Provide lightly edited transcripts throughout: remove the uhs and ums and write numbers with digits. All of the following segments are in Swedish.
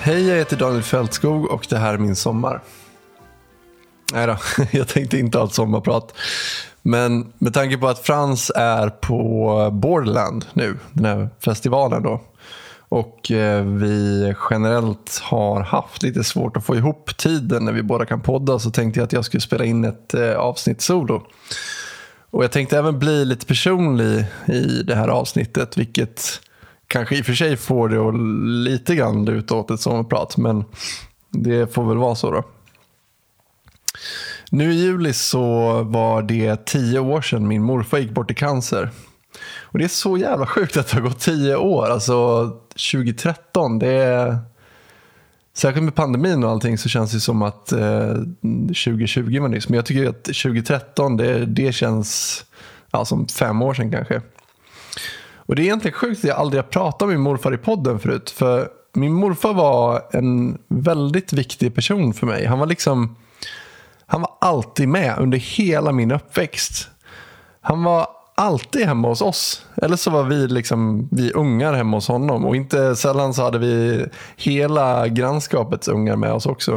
Hej, jag heter Daniel Fältskog och det här är min sommar. Nej då, jag tänkte inte ha ett sommarprat. Men med tanke på att Frans är på Borderland nu, den här festivalen då. Och vi generellt har haft lite svårt att få ihop tiden när vi båda kan podda, så tänkte jag att jag skulle spela in ett avsnitt solo. Och jag tänkte även bli lite personlig i det här avsnittet, vilket kanske i och för sig får det att lite grann luta åt ett sommarprat, men det får väl vara så då. Nu i juli så var det 10 år sedan min morfar gick bort i cancer. Och det är så jävla sjukt att det har gått 10 år. Alltså 2013, det är... Särskilt med pandemin och allting så känns det som att 2020 var nyss. Men jag tycker att 2013, det känns som 5 år sedan kanske. Och det är egentligen sjukt att jag aldrig har pratat med min morfar i podden förut. För min morfar var en väldigt viktig person för mig. Han var alltid med under hela min uppväxt. Han var alltid hemma hos oss. Eller så var vi ungar hemma hos honom. Och inte sällan så hade vi hela grannskapets ungar med oss också.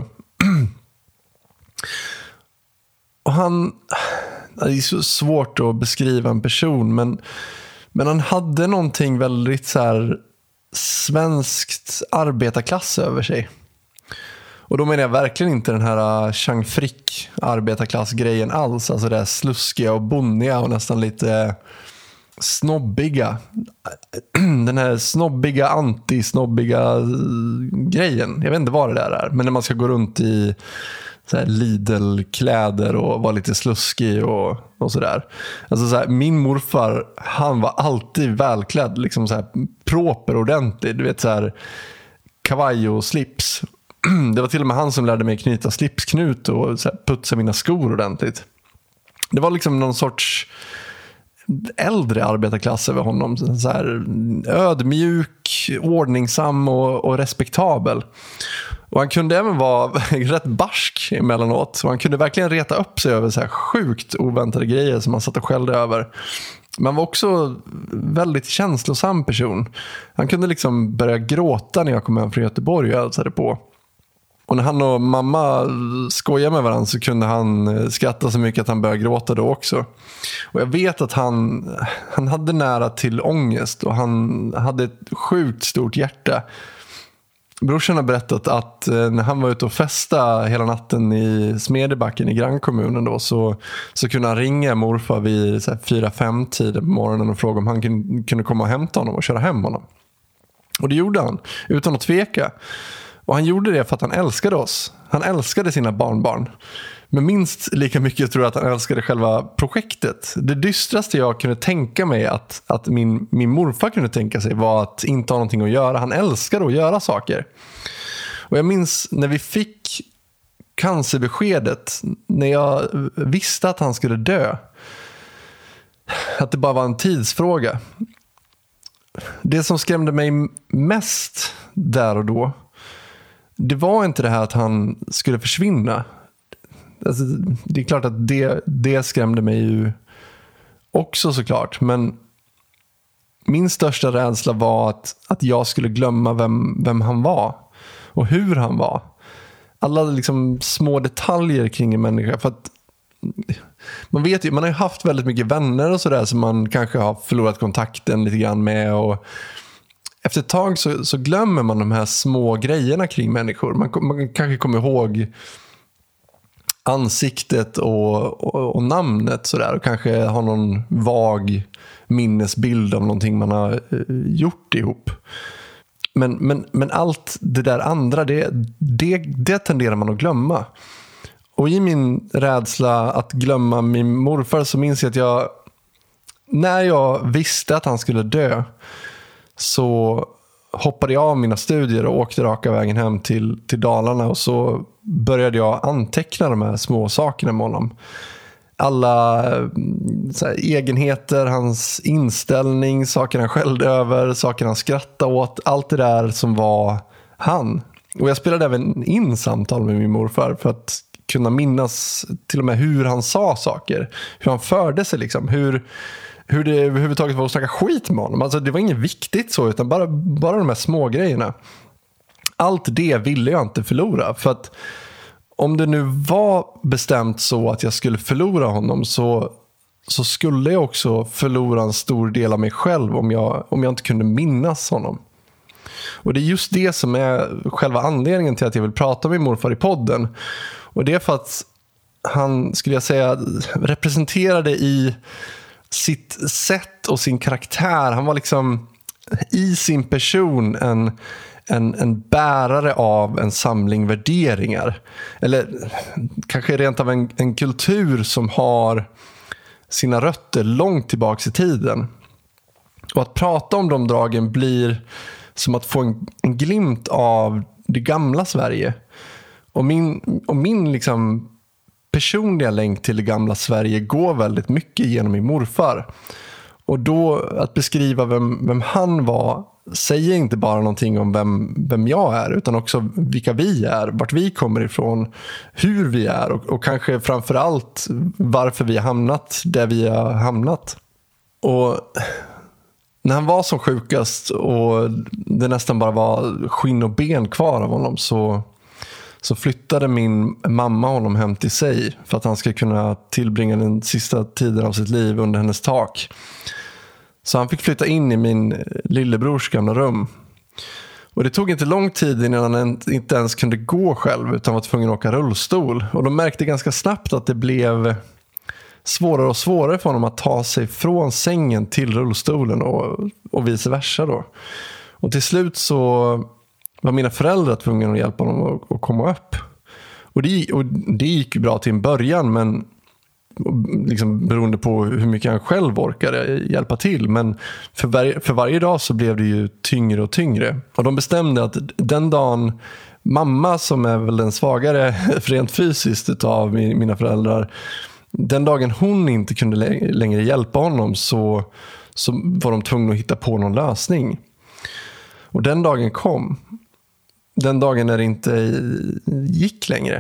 Och det är så svårt att beskriva en person. Men han hade någonting väldigt så här svenskt arbetarklass över sig. Och då menar jag verkligen inte den här Chang Frick arbetarklassgrejen alls. Alltså det här sluskiga och bonniga och nästan lite snobbiga. Den här snobbiga, anti-snobbiga grejen. Jag vet inte vad det där är. Men när man ska gå runt i så här Lidl-kläder och vara lite sluskig och sådär. Alltså så här, min morfar, han var alltid välklädd. Liksom så här proper ordentlig. Du vet så här kavaj och slips. Det var till och med han som lärde mig knyta slipsknut och så här putsa mina skor ordentligt. Det var liksom någon sorts äldre arbetarklass över honom. Så här ödmjuk, ordningsam och respektabel. Och han kunde även vara rätt barsk emellanåt. Och han kunde verkligen reta upp sig över så här sjukt oväntade grejer som han satt och skällde över. Men han var också väldigt känslosam person. Han kunde liksom börja gråta när jag kom hem från Göteborg och hälsade på. Och när han och mamma skojade med varandra så kunde han skratta så mycket att han började gråta då också. Och jag vet att han hade nära till ångest och han hade ett sjukt stort hjärta. Brorsan har berättat att när han var ute och festa hela natten i Smedjebacken i grannkommunen då, så kunde han ringa morfar vid 4-5 tider på morgonen och fråga om han kunde komma och hämta honom och köra hem honom. Och det gjorde han utan att tveka. Och han gjorde det för att han älskade oss. Han älskade sina barnbarn. Men minst lika mycket tror jag att han älskade själva projektet. Det dystraste jag kunde tänka mig att min morfar kunde tänka sig var att inte ha någonting att göra. Han älskade att göra saker. Och jag minns när vi fick cancerbeskedet, när jag visste att han skulle dö, att det bara var en tidsfråga. Det som skrämde mig mest där och då, det var inte det här att han skulle försvinna. Alltså, det är klart att det skrämde mig ju också såklart. Men min största rädsla var att jag skulle glömma vem han var. Och hur han var. Alla liksom små detaljer kring en människa. För att man vet ju, man har ju haft väldigt mycket vänner och sådär som man kanske har förlorat kontakten lite grann med. Och efter ett tag så glömmer man de här små grejerna kring människor. Man kanske kommer ihåg ansiktet och namnet sådär, och kanske har någon vag minnesbild av någonting man har gjort ihop. Men allt det där andra, det tenderar man att glömma. Och i min rädsla att glömma min morfar så minns jag att när jag visste att han skulle dö, så hoppade jag av mina studier och åkte raka vägen hem till Dalarna, och så började jag anteckna de här små sakerna med honom. Alla så här, egenheter, hans inställning, saker han skällde över, saker han skrattade åt, allt det där som var han. Och jag spelade även in samtal med min morfar för att kunna minnas till och med hur han sa saker, hur han förde sig liksom, hur det överhuvudtaget var att snacka skit med honom. Alltså det var inget viktigt så, utan bara de här små grejerna. allt det ville jag inte förlora. För att om det nu var bestämt så att jag skulle förlora honom, så skulle jag också förlora en stor del av mig själv om jag inte kunde minnas honom. Och det är just det som är själva anledningen till att jag vill prata med morfar i podden. Och det är för att han, skulle jag säga, representerade i sitt sätt och sin karaktär. Han var liksom i sin person en bärare av en samling värderingar. Eller kanske rent av en kultur som har sina rötter långt tillbaka i tiden. Och att prata om de dragen blir som att få en glimt av det gamla Sverige. Och min liksom personliga länk till det gamla Sverige går väldigt mycket genom min morfar. Och då att beskriva vem han var säger inte bara någonting om vem jag är, utan också vilka vi är, vart vi kommer ifrån, hur vi är och kanske framförallt varför vi har hamnat där vi har hamnat. Och när han var som sjukast och det nästan bara var skinn och ben kvar av honom, så flyttade min mamma honom hem till sig för att han ska kunna tillbringa den sista tiden av sitt liv under hennes tak. Så han fick flytta in i min lillebrors gamla rum. Och det tog inte lång tid innan han inte ens kunde gå själv, utan var tvungen att åka rullstol. Och de märkte ganska snabbt att det blev svårare och svårare för honom att ta sig från sängen till rullstolen och vice versa då. Och till slut så var mina föräldrar tvungna att hjälpa honom att komma upp. Och det gick ju bra till en början, men liksom beroende på hur mycket han själv orkade hjälpa till. Men för varje dag så blev det ju tyngre och tyngre. Och de bestämde att den dagen mamma, som är väl den svagare rent fysiskt utav mina föräldrar, den dagen hon inte kunde längre hjälpa honom, så var de tvungna att hitta på någon lösning. Och den dagen kom. Den dagen när det inte gick längre.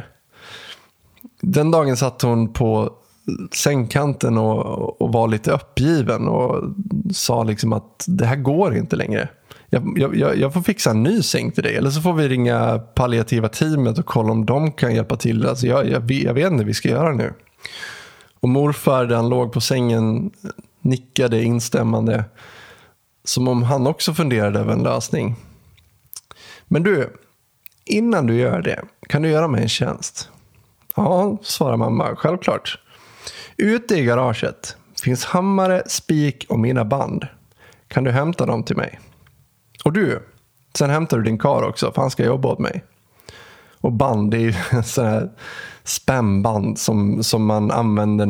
Den dagen satt hon på sängkanten och var lite uppgiven och sa liksom att det här går inte längre. Jag får fixa en ny säng till dig, eller så får vi ringa palliativa teamet och kolla om de kan hjälpa till. Alltså jag vet inte vad vi ska göra nu. Och morfar, där han låg på sängen, nickade instämmande, som om han också funderade över en lösning. Men du, innan du gör det, kan du göra mig en tjänst? Ja, svarar mamma, självklart. Ute i garaget finns hammare, spik och mina band. Kan du hämta dem till mig? Och du, sen hämtar du din kar också, för han ska jobba åt mig. Och band, det är ju en sån här spännband som man använder när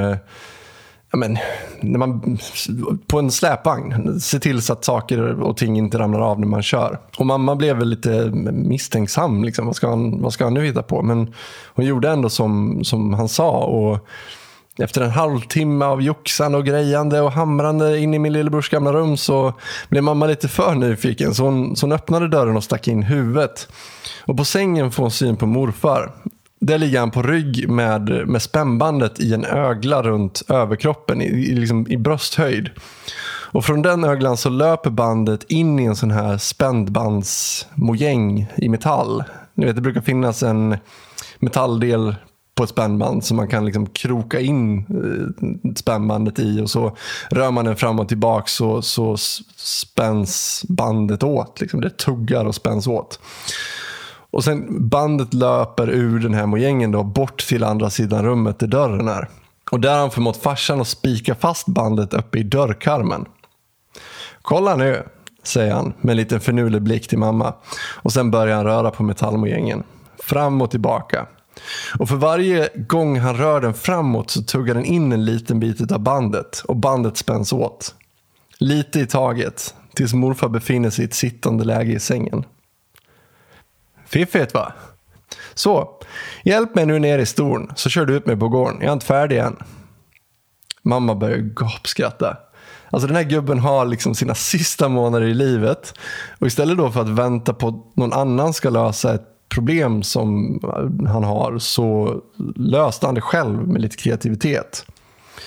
man på en släpvagn ser till så att saker och ting inte ramlar av när man kör. Och mamma blev väl lite misstänksam liksom. Vad ska han nu hitta på? Men hon gjorde ändå som han sa, och efter en halvtimme av joxan och grejande och hamrande in i min lillebrors gamla rum, så blev mamma lite för nyfiken, så hon öppnade dörren och stack in huvudet. Och på sängen får hon syn på morfar. Där ligger han på rygg med spännbandet i en ögla runt överkroppen i brösthöjd. Och från den öglan så löper bandet in i en sån här spännbandsmojäng i metall. Ni vet, det brukar finnas en metalldel på ett spännband som man kan liksom kroka in spännbandet i, och så rör man den fram och tillbaka, så spänns bandet åt. Liksom. Det tuggar och spänns åt. Och sen bandet löper ur den här mojängen då, bort till andra sidan rummet där dörren är. Och där har han förmått farsan att spika fast bandet uppe i dörrkarmen. Kolla nu, säger han med en liten förnulig blick till mamma. Och sen börjar han röra på metallmojängen. Fram och tillbaka. Och för varje gång han rör den framåt så tuggar den in en liten bit av bandet. Och bandet spänns åt. Lite i taget. Tills morfar befinner sig i ett sittande läge i sängen. Fiffigt, va? Så, hjälp mig nu ner i stolen, så kör du ut mig på gården. Jag är inte färdig än. Mamma börjar gapskratta. Alltså den här gubben har liksom sina sista månader i livet. Och istället då för att vänta på att någon annan ska lösa ett problem som han har, så löste han det själv med lite kreativitet.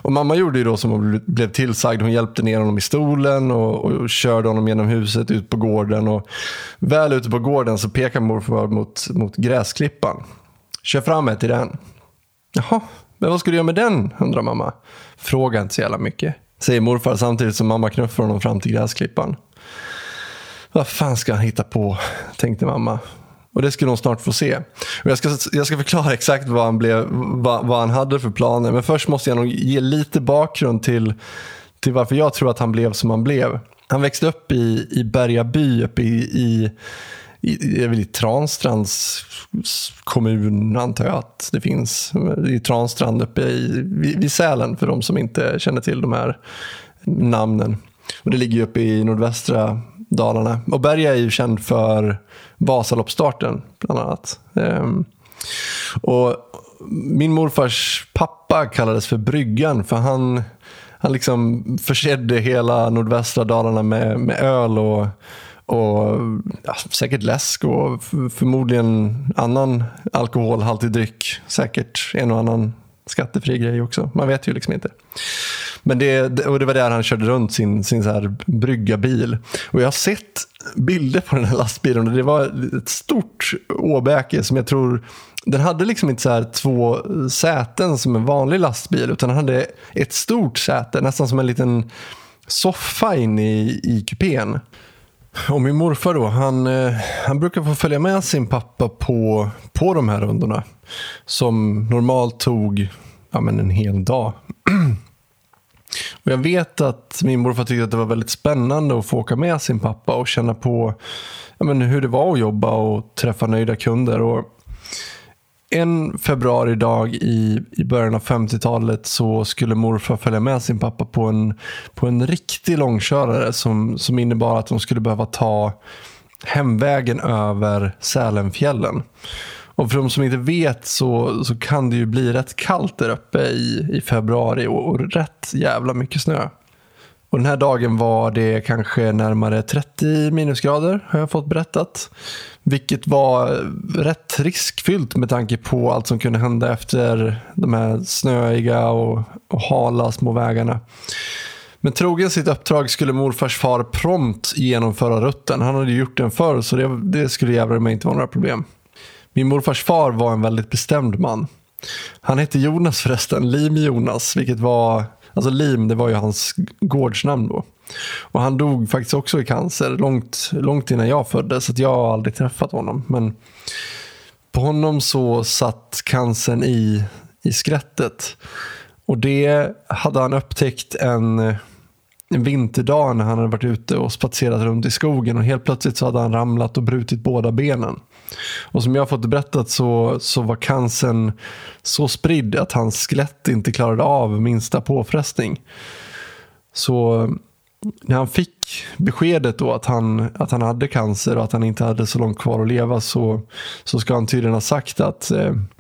Och mamma gjorde ju då som hon blev tillsagd. Hon hjälpte ner honom i stolen och körde honom genom huset ut på gården. Och väl ute på gården så pekar morfar mot gräsklippan. Kör fram med till den. Jaha, men vad ska du göra med den, undrar mamma. Fråga inte så jävla mycket, säger morfar samtidigt som mamma knuffar honom fram till gräsklippan. Vad fan ska han hitta på, tänkte mamma. Och det skulle hon snart få se. Och jag ska förklara exakt vad han hade för planer. Men först måste jag nog ge lite bakgrund till varför jag tror att han blev som han blev. Han växte upp i Bergaby, uppe i Transtrands kommun, antar jag att det finns. I Transtrand uppe vid Sälen, för de som inte känner till de här namnen. Och det ligger uppe i nordvästra Dalarna. Och Berga är ju känd för Vasaloppsstarten bland annat. Och min morfars pappa kallades för Bryggan, för han liksom försedde hela nordvästra Dalarna med öl och ja, säkert läsk och förmodligen annan alkoholhaltig dryck. Säkert en och annan skattefri grej också. Man vet ju liksom inte. Men det var där han körde runt sin så här bryggabil. Och jag har sett bilder på den här lastbilen. Och det var ett stort åbäke som jag tror... Den hade liksom inte så här 2 säten som en vanlig lastbil, utan den hade ett stort säte, nästan som en liten soffa in i kupén. Och min morfar då, han brukar få följa med sin pappa på de här rundorna, som normalt tog en hel dag. Och jag vet att min morfar tyckte att det var väldigt spännande att få åka med sin pappa och känna på hur det var att jobba och träffa nöjda kunder. Och en februaridag i början av 50-talet så skulle morfar följa med sin pappa på en riktig långkörare som innebar att de skulle behöva ta hemvägen över Sälenfjällen. Och för de som inte vet så kan det ju bli rätt kallt där uppe i februari och rätt jävla mycket snö. Och den här dagen var det kanske närmare 30 minusgrader, har jag fått berättat. Vilket var rätt riskfyllt med tanke på allt som kunde hända efter de här snöiga och hala små vägarna. Men trogen sitt uppdrag skulle morfars far prompt genomföra rutten. Han hade gjort den förr, så det skulle jävla mig inte vara några problem. Min morfars far var en väldigt bestämd man. Han hette Jonas förresten, Lim Jonas, vilket var... Alltså Lim, det var ju hans gårdsnamn då. Och han dog faktiskt också i cancer långt innan jag föddes, så att jag har aldrig träffat honom. Men på honom så satt cancern i skrättet. Och det hade han upptäckt en vinterdag när han hade varit ute och spatserat runt i skogen. Och helt plötsligt så hade han ramlat och brutit båda benen. Och som jag har fått berättat så var cancern så spridd att hans skelett inte klarade av minsta påfrestning. Så när han fick beskedet då att han hade cancer och att han inte hade så långt kvar att leva, så ska han tydligen ha sagt att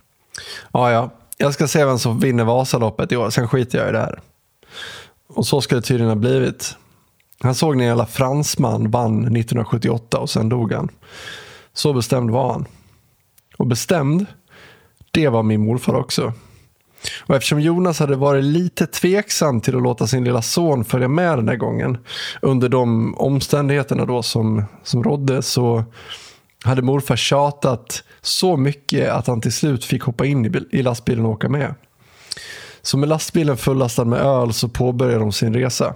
jag ska se vem som vinner Vasaloppet i år, sen skiter jag i det här. Och så ska det tydligen ha blivit. Han såg när hela fransman vann 1978 och sen dog han. Så bestämd var han. Och bestämd, det var min morfar också. Och eftersom Jonas hade varit lite tveksam till att låta sin lilla son följa med den här gången, under de omständigheterna då som rådde, så hade morfar tjatat så mycket att han till slut fick hoppa in i lastbilen och åka med. Så med lastbilen fullastad med öl så påbörjade de sin resa.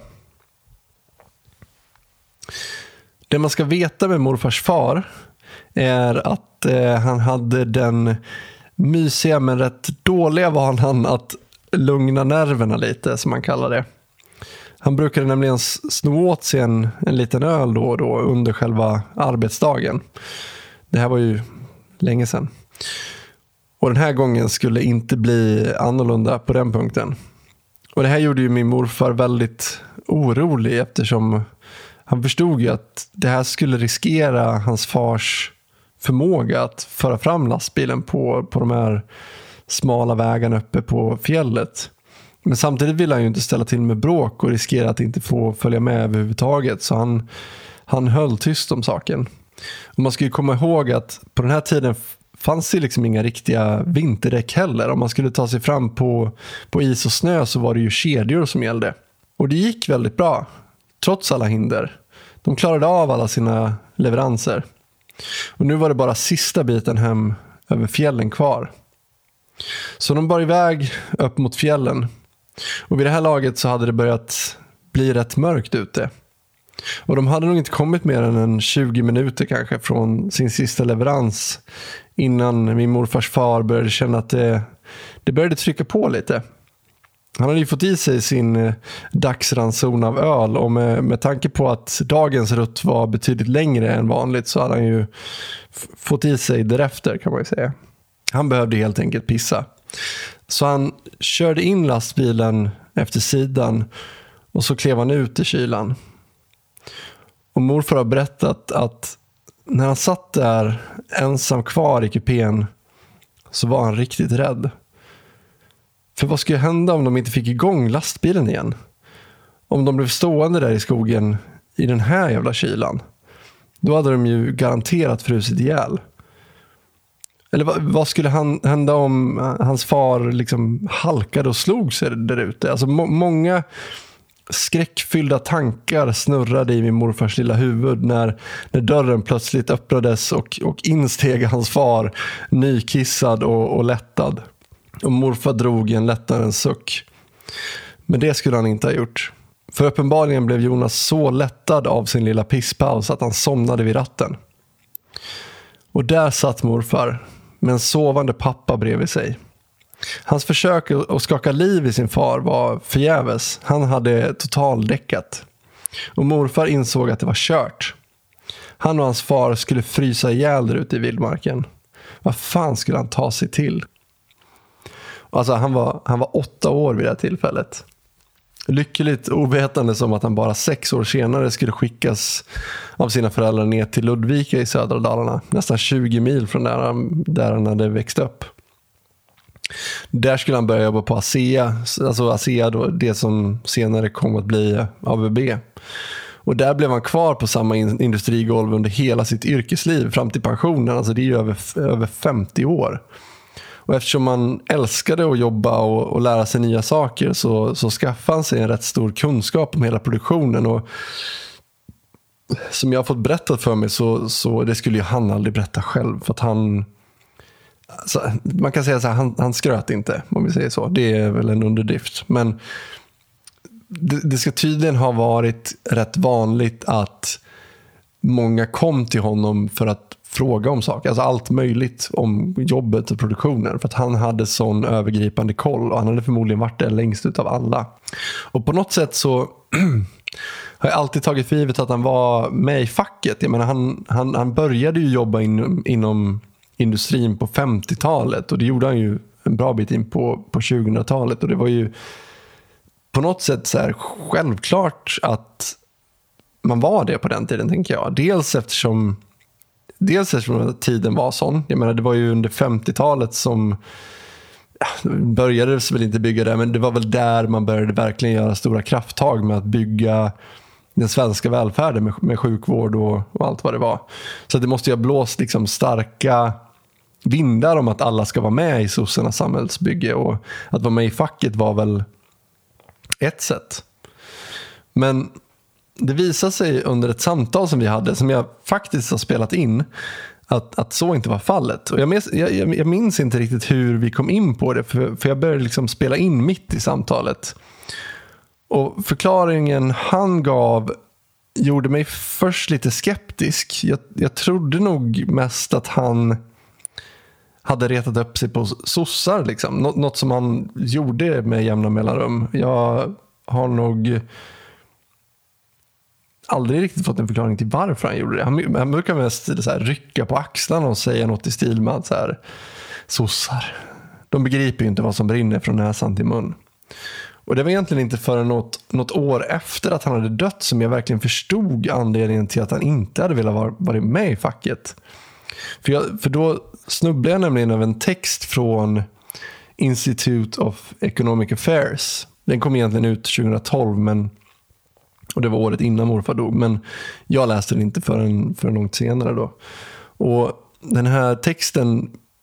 Det man ska veta med morfars far är att han hade den mysiga men rätt dåliga vanan att lugna nerverna lite, som man kallar det. Han brukade nämligen sno åt sig en liten öl då och då under själva arbetsdagen. Det här var ju länge sedan. Och den här gången skulle inte bli annorlunda på den punkten. Och det här gjorde ju min morfar väldigt orolig, eftersom han förstod ju att det här skulle riskera hans fars förmåga att föra fram lastbilen på de här smala vägarna uppe på fjället. Men samtidigt ville han ju inte ställa till med bråk och riskera att inte få följa med överhuvudtaget, så han höll tyst om saken. Och man ska ju komma ihåg att på den här tiden fanns det liksom inga riktiga vinterdäck heller. Om man skulle ta sig fram på is och snö så var det ju kedjor som gällde. Och det gick väldigt bra, trots alla hinder. De klarade av alla sina leveranser. Och nu var det bara sista biten hem över fjällen kvar. Så de bar iväg upp mot fjällen. Och vid det här laget så hade det börjat bli rätt mörkt ute. Och de hade nog inte kommit mer än 20 minuter kanske från sin sista leverans innan min morfars far började känna att det började trycka på lite. Han hade ju fått i sig sin dagsranson av öl, och med tanke på att dagens rutt var betydligt längre än vanligt så hade han ju fått i sig därefter, kan man ju säga. Han behövde helt enkelt pissa. Så han körde in lastbilen efter sidan och så klev han ut i kylan. Och morfar har berättat att när han satt där ensam kvar i kupén så var han riktigt rädd. För vad skulle hända om de inte fick igång lastbilen igen? Om de blev stående där i skogen i den här jävla kylan, då hade de ju garanterat frusit ihjäl. Eller vad skulle hända om hans far liksom halkade och slog sig där ute? Alltså många skräckfyllda tankar snurrade i min morfars lilla huvud när dörren plötsligt öppnades och insteg hans far, nykissad och lättad. Och morfar drog en lättarens suck. Men det skulle han inte ha gjort. För uppenbarligen blev Jonas så lättad av sin lilla pisspaus att han somnade vid ratten. Och där satt morfar med en sovande pappa bredvid sig. Hans försök att skaka liv i sin far var förgäves. Han hade totaldäckat. Och morfar insåg att det var kört. Han och hans far skulle frysa ihjäl där ute i vildmarken. Vad fan skulle han ta sig till? Alltså han var 8 år vid det här tillfället. Lyckligt ovetande som att han bara 6 år senare skulle skickas av sina föräldrar ner till Ludvika i södra Dalarna. Nästan 20 mil från där han hade växt upp. Där skulle han börja jobba på ASEA. Alltså ASEA då, det som senare kom att bli ABB. Och där blev han kvar på samma industrigolv under hela sitt yrkesliv fram till pensionen. Alltså det är ju över 50 år. Och eftersom man älskade att jobba och lära sig nya saker så skaffade han sig en rätt stor kunskap om hela produktionen. Och som jag har fått berättat för mig så det skulle ju han aldrig berätta själv. För att alltså, man kan säga så här, han skröt inte, om vi säger så. Det är väl en underdrift. Men det ska tydligen ha varit rätt vanligt att många kom till honom för att fråga om saker. Alltså allt möjligt om jobbet och produktionen. För att han hade sån övergripande koll. Och han hade förmodligen varit där längst ut av alla. Och på något sätt så har jag alltid tagit för givet att han var med i facket. Jag menar, han började ju jobba inom industrin på 50-talet. Och det gjorde han ju en bra bit in på 2000-talet. Och det var ju på något sätt så här självklart att man var det på den tiden, tänker jag. Dels eftersom tiden var sån. Jag menar, det var ju under 50-talet som började väl inte bygga det, men det var väl där man började verkligen göra stora krafttag med att bygga den svenska välfärden med sjukvård och allt vad det var. Så det måste ju ha blåst liksom starka vindar om att alla ska vara med i sossarnas samhällsbygge, och att vara med i facket var väl ett sätt. Men det visade sig under ett samtal som vi hade, som jag faktiskt har spelat in, att så inte var fallet. Och jag minns inte riktigt hur vi kom in på det, för jag började liksom spela in mitt i samtalet. Och förklaringen han gav gjorde mig först lite skeptisk. Jag trodde nog mest att han hade retat upp sig på sossar. Liksom. Något som han gjorde med jämna mellanrum. Jag har nog aldrig riktigt fått en förklaring till varför han gjorde det. Han brukar mest så här rycka på axlarna och säga något i stil med att så här, sossar, de begriper ju inte vad som brinner från näsan till mun. Och det var egentligen inte förrän något år efter att han hade dött som jag verkligen förstod anledningen till att han inte hade velat vara med i facket. För då snubblade jag nämligen över en text från Institute of Economic Affairs. Den kom egentligen ut 2012, och det var året innan morfar dog, men jag läste den inte förrän långt senare då. Och den här texten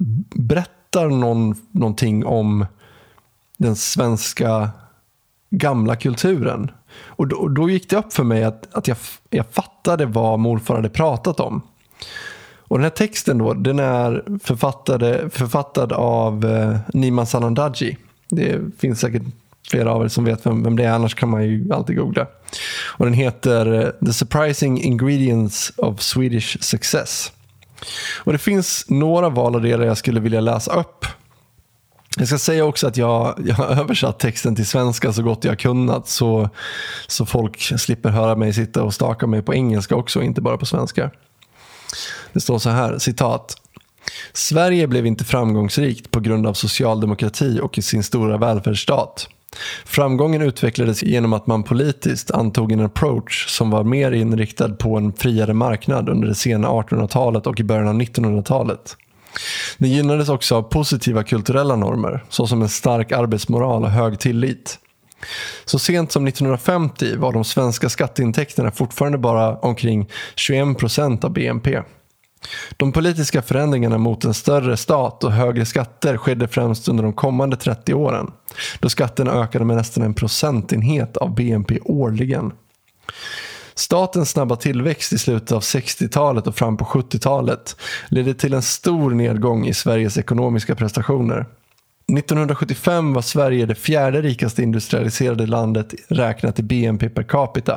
berättar någonting om den svenska gamla kulturen. Och då gick det upp för mig att jag fattade vad morfar hade pratat om. Och den här texten då, den är författad av Neema Sanandaji. Det finns säkert flera av er som vet vem det är, annars kan man ju alltid googla. Och den heter The Surprising Ingredients of Swedish Success. Och det finns några val av det jag skulle vilja läsa upp. Jag ska säga också att jag har översatt texten till svenska så gott jag kunnat, så folk slipper höra mig sitta och staka mig på engelska också, inte bara på svenska. Det står så här, citat: Sverige blev inte framgångsrikt på grund av socialdemokrati och sin stora välfärdsstat. Framgången utvecklades genom att man politiskt antog en approach som var mer inriktad på en friare marknad under det sena 1800-talet och i början av 1900-talet. Det gynnades också av positiva kulturella normer, såsom en stark arbetsmoral och hög tillit. Så sent som 1950 var de svenska skatteintäkterna fortfarande bara omkring 21% av BNP. De politiska förändringarna mot en större stat och högre skatter skedde främst under de kommande 30 åren, då skatterna ökade med nästan 1 procentenhet av BNP årligen. Statens snabba tillväxt i slutet av 60-talet och fram på 70-talet ledde till en stor nedgång i Sveriges ekonomiska prestationer. 1975 var Sverige det 4:e rikaste industrialiserade landet räknat i BNP per capita.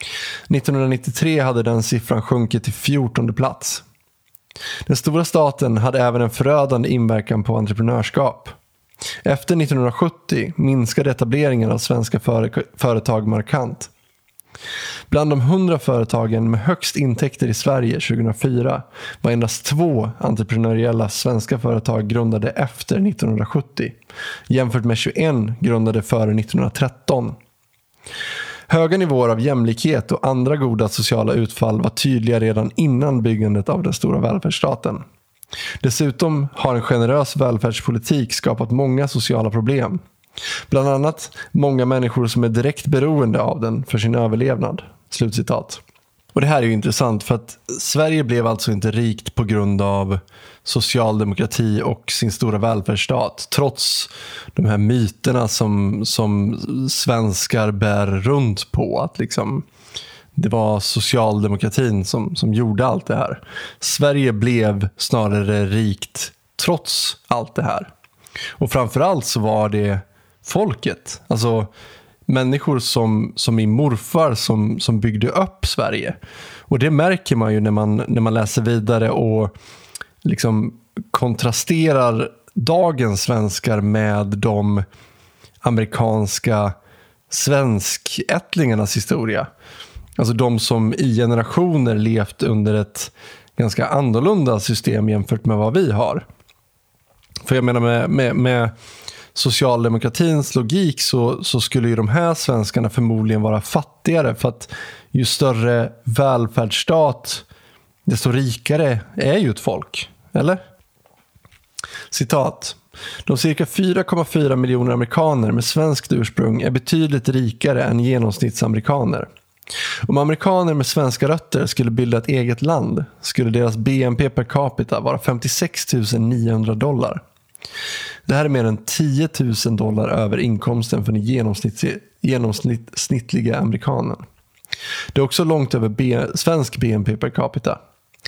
1993 hade den siffran sjunkit till 14:e plats. Den stora staten hade även en förödande inverkan på entreprenörskap. Efter 1970 minskade etableringen av svenska företag markant. Bland de 100 företagen med högst intäkter i Sverige 2004 var endast 2 entreprenöriella svenska företag grundade efter 1970, jämfört med 21 grundade före 1913. Höga nivåer av jämlikhet och andra goda sociala utfall var tydliga redan innan byggandet av den stora välfärdsstaten. Dessutom har en generös välfärdspolitik skapat många sociala problem. Bland annat många människor som är direkt beroende av den för sin överlevnad. Slutcitat. Och det här är ju intressant för att Sverige blev alltså inte rikt på grund av socialdemokrati och sin stora välfärdsstat. Trots de här myterna som svenskar bär runt på. Att liksom, det var socialdemokratin som gjorde allt det här. Sverige blev snarare rikt trots allt det här. Och framförallt så var det folket. Alltså människor som min morfar som byggde upp Sverige. Och det märker man ju när man läser vidare och liksom kontrasterar dagens svenskar med de amerikanska svenskättlingarnas historia. Alltså de som i generationer levt under ett ganska annorlunda system jämfört med vad vi har. För jag menar med socialdemokratins logik så skulle ju de här svenskarna förmodligen vara fattigare, för att ju större välfärdsstat desto rikare är ju ett folk, eller? Citat: De cirka 4,4 miljoner amerikaner med svenskt ursprung är betydligt rikare än genomsnittsamerikaner. Om amerikaner med svenska rötter skulle bilda ett eget land skulle deras BNP per capita vara $56,900. Det här är mer än $10,000 över inkomsten för den genomsnittliga amerikanen. Det är också långt över svensk BNP per capita,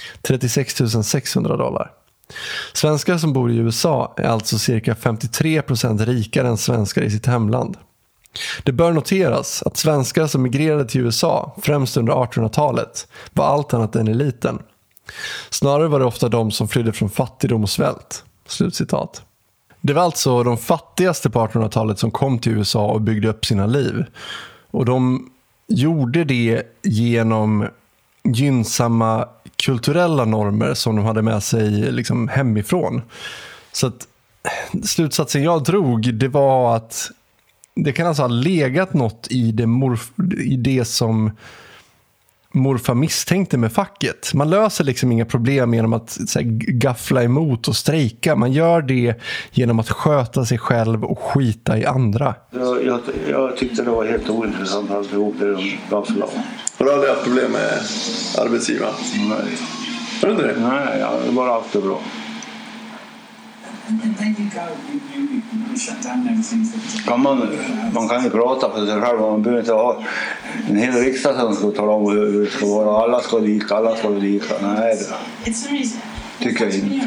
$36,600. Svenskar som bor i USA är alltså cirka 53% rikare än svenskar i sitt hemland. Det bör noteras att svenskar som migrerade till USA främst under 1800-talet var allt annat än eliten. Snarare var det ofta de som flydde från fattigdom och svält. Slutcitat. Det var alltså de fattigaste på 1800-talet som kom till USA och byggde upp sina liv. Och de gjorde det genom gynnsamma kulturella normer som de hade med sig liksom hemifrån. Så att slutsatsen jag drog, det var att det kan alltså ha legat något i det som morfar misstänkte med facket. Man löser liksom inga problem genom att gaffla emot och strejka. Man gör det genom att sköta sig själv och skita i andra. Jag tyckte det var helt ointressant att ihop det de gaffla. Har du aldrig haft problem med arbetsgivaren? Nej. Har du inte det? Nej, jag har bara haft det bra. Man kan ju prata för sig själv. Man behöver inte ha en hel riksdag som ska tala om hur det ska vara. Alla ska lika, alla ska lika. Nej, det tycker jag inte.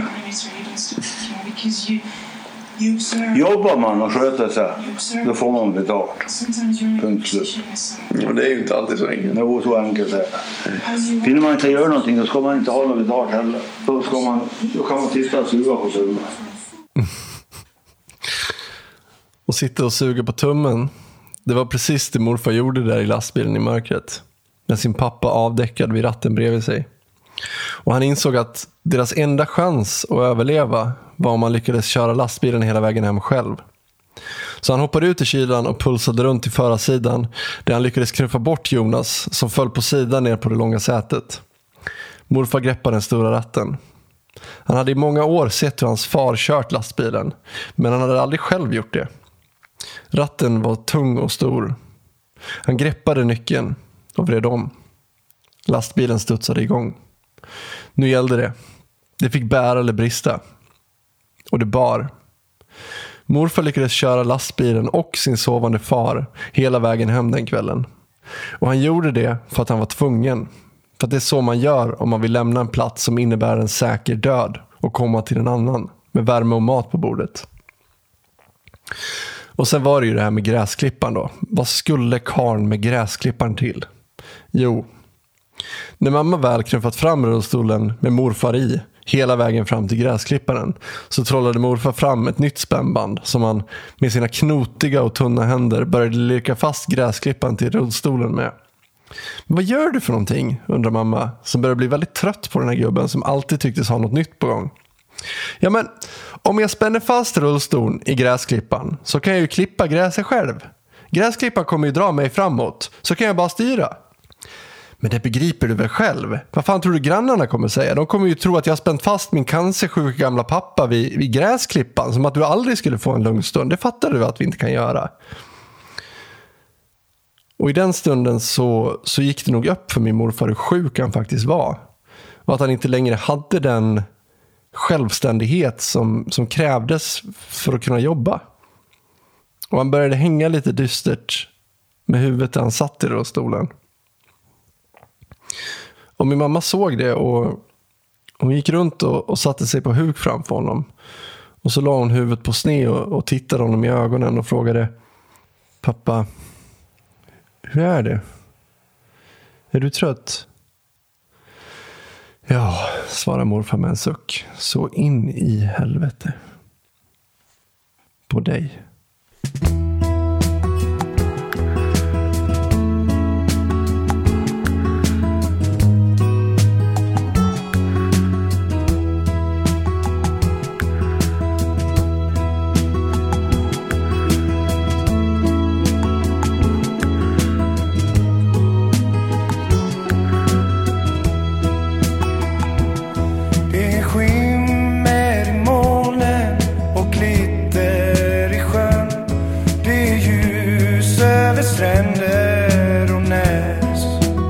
Jobbar man och sköter sig, då får man betalt. Punkt slut. Och det är ju inte alltid så enkelt. Det är så enkelt. Vill man inte göra någonting, då ska man inte ha något betalt heller. Då kan man titta och suga på tummen. Och sitta och suga på tummen, det var precis det morfar gjorde där i lastbilen i mörkret. Med sin pappa avdäckad vid ratten bredvid sig. Och han insåg att deras enda chans att överleva var om man lyckades köra lastbilen hela vägen hem själv. Så han hoppade ut i kylan och pulsade runt i förarsidan, där han lyckades knuffa bort Jonas som föll på sidan ner på det långa sätet. Morfar greppade den stora ratten. Han hade i många år sett hur hans far kört lastbilen, men han hade aldrig själv gjort det. Ratten var tung och stor. Han greppade nyckeln och vred om. Lastbilen studsade igång. Nu gällde det. Det fick bära eller brista. Och det bar. Morfar lyckades köra lastbilen och sin sovande far hela vägen hem den kvällen. Och han gjorde det för att han var tvungen. För att det är så man gör om man vill lämna en plats som innebär en säker död och komma till en annan med värme och mat på bordet. Och sen var det ju det här med gräsklippan då. Vad skulle karln med gräsklippan till? Jo, när mamma väl knuffat fram rullstolen med morfar i hela vägen fram till gräsklipparen, så trollade morfar fram ett nytt spännband som han med sina knotiga och tunna händer började lirka fast gräsklippan till rullstolen med. Men vad gör du för någonting? Undrar mamma, som börjar bli väldigt trött på den här gubben som alltid tycktes ha något nytt på gång. Ja, men om jag spänner fast rullstolen i gräsklippan så kan jag ju klippa gräset själv. Gräsklippan kommer ju dra mig framåt, så kan jag bara styra. Men det begriper du väl själv? Vad fan tror du grannarna kommer säga? De kommer ju tro att jag har spänt fast min cancersjuka gamla pappa vid gräsklippan, som att du aldrig skulle få en lugn stund. Det fattar du att vi inte kan göra. Och i den stunden så gick det nog upp för min morfar hur sjuk han faktiskt var. Och att han inte längre hade den självständighet som krävdes för att kunna jobba. Och han började hänga lite dystert med huvudet där han satt i rullstolen. Och min mamma såg det och hon gick runt och satte sig på huk framför honom. Och så la hon huvudet på sned och tittade honom i ögonen och frågade: Pappa, hur är det? Är du trött? Ja, svarade morfar med en suck. Så in i helvete. På dig. Stränder och näs.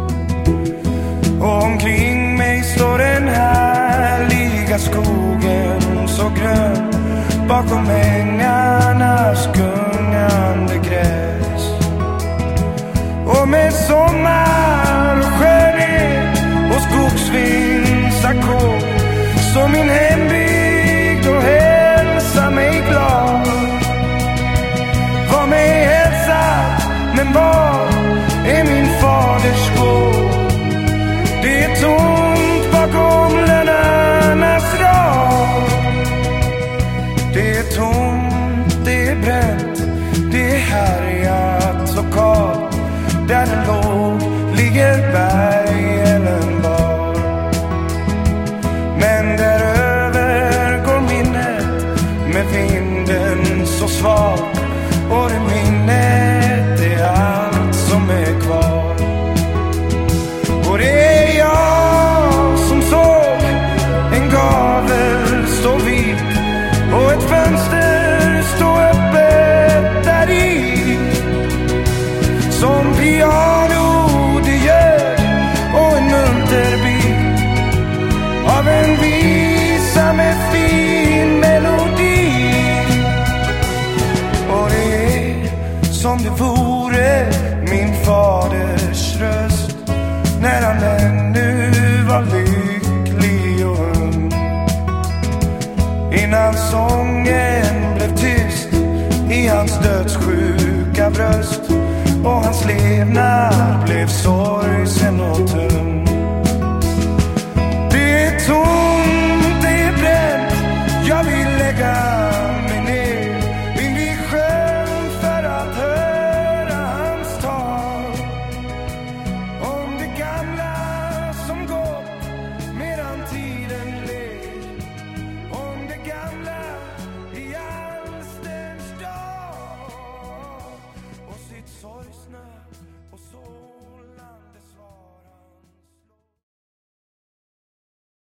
Och omkring mig står den härliga skogen så grön, bakom ängarnas gungande gräs. Och med sommar och skönhet och skogsvindsackord så min hembygd och hälsa mig glad. Var mig hälsa, men var är min faders gård? Det är tomt bakom lönnarnas rad. Det är tomt, det är bränt, det är härjat så kallt. Där den låg ligger bergen bar. Men däröver går minnet med vinden så svag. Och det minnet är allt levnad blev så